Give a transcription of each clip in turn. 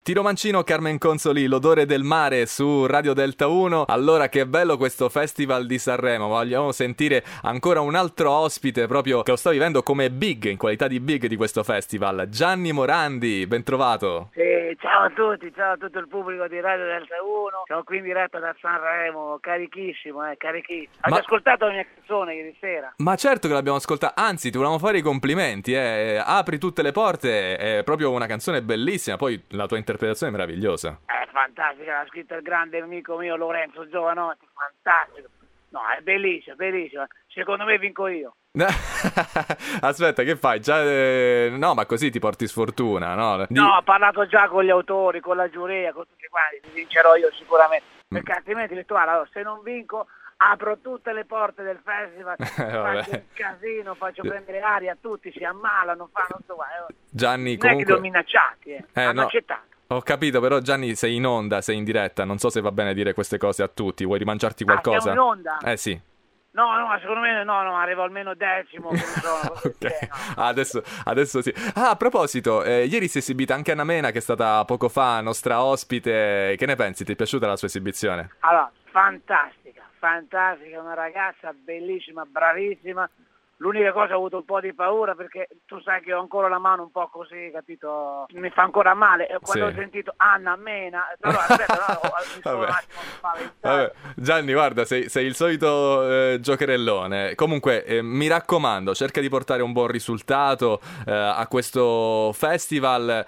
Tiro Mancino, Carmen Consoli, l'odore del mare su Radio Delta 1. Allora, che bello questo Festival di Sanremo. Vogliamo sentire ancora un altro ospite proprio che lo sta vivendo come big, in qualità di big di questo festival. Gianni Morandi, ben trovato. Sì, ciao a tutti, ciao a tutto il pubblico di Radio Delta 1. Siamo qui in diretta da Sanremo, carichissimo, carichissimo. Hai ascoltato la mia canzone ieri sera? Ma certo che l'abbiamo ascoltata, anzi ti volevamo fare i complimenti, Apri tutte le porte, è proprio una canzone bellissima, poi la tua interpretazione è meravigliosa. È fantastica, l'ha scritta il grande amico mio Lorenzo Giovanotti, fantastico. No, è bellissima, bellissima. Secondo me vinco io. Aspetta, che fai? Già, no, ma così ti porti sfortuna, no? No, ho parlato già con gli autori, con la giuria, con tutti quanti, vincerò io sicuramente, perché altrimenti detto, allora, se non vinco apro tutte le porte del festival, faccio un casino, faccio prendere aria a tutti, si ammalano, fanno tutto. Gianni, non comunque... è che li ho minacciati, hanno no. accettato. Ho capito, però Gianni sei in onda, sei in diretta, non so se va bene dire queste cose a tutti, vuoi rimangiarti qualcosa? Siamo in onda? Sì. No, ma secondo me no, arrivo almeno 10º. Ok, adesso sì. A proposito, ieri si è esibita anche Anna Mena, che è stata poco fa nostra ospite. Che ne pensi? Ti è piaciuta la sua esibizione? Allora, fantastica, una ragazza bellissima, bravissima. L'unica cosa, ho avuto un po' di paura perché tu sai che ho ancora la mano un po' così, capito? Mi fa ancora male. E quando ho sentito Anna Mena, allora aspetta, mi sono un attimo spaventato. Vabbè. Gianni, guarda, sei il solito giocherellone. Comunque, mi raccomando, cerca di portare un buon risultato a questo festival,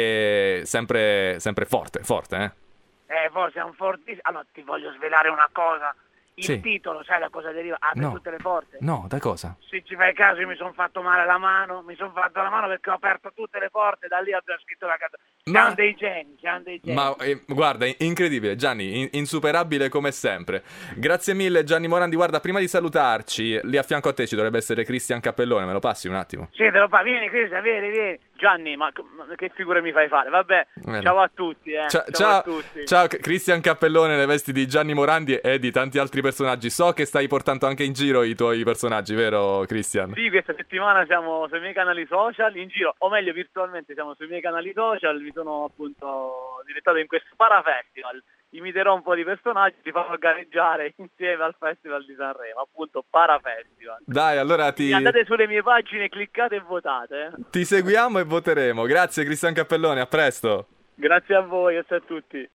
sempre forte, eh? Forse è un fortissimo. Allora, ti voglio svelare una cosa. Il titolo, sai da cosa deriva? Apri tutte le porte. No, da cosa? Se ci fai caso, io mi sono fatto male la mano, perché ho aperto tutte le porte, da lì abbiamo scritto la canzone. Siamo dei geni. Ma guarda, incredibile, Gianni, insuperabile come sempre. Grazie mille Gianni Morandi. Guarda, prima di salutarci, lì a fianco a te ci dovrebbe essere Cristian Cappellone, me lo passi un attimo? Sì, te lo fa, vieni Cristian, vieni. Gianni, ma che figure mi fai fare? Vabbè, ciao a tutti, ciao a tutti. Ciao, Cristian Cappellone, le vesti di Gianni Morandi e di tanti altri personaggi. So che stai portando anche in giro i tuoi personaggi, vero Cristian? Sì, questa settimana siamo sui miei canali social, in giro, o meglio virtualmente siamo sui miei canali social, mi sono appunto direttato in questo Parafestival. Imiterò un po' di personaggi, ti farò gareggiare insieme al Festival di Sanremo, appunto Parafestival. Dai, allora andate sulle mie pagine, cliccate e votate. Ti seguiamo e voteremo. Grazie Cristian Cappellone, a presto. Grazie a voi, grazie a tutti.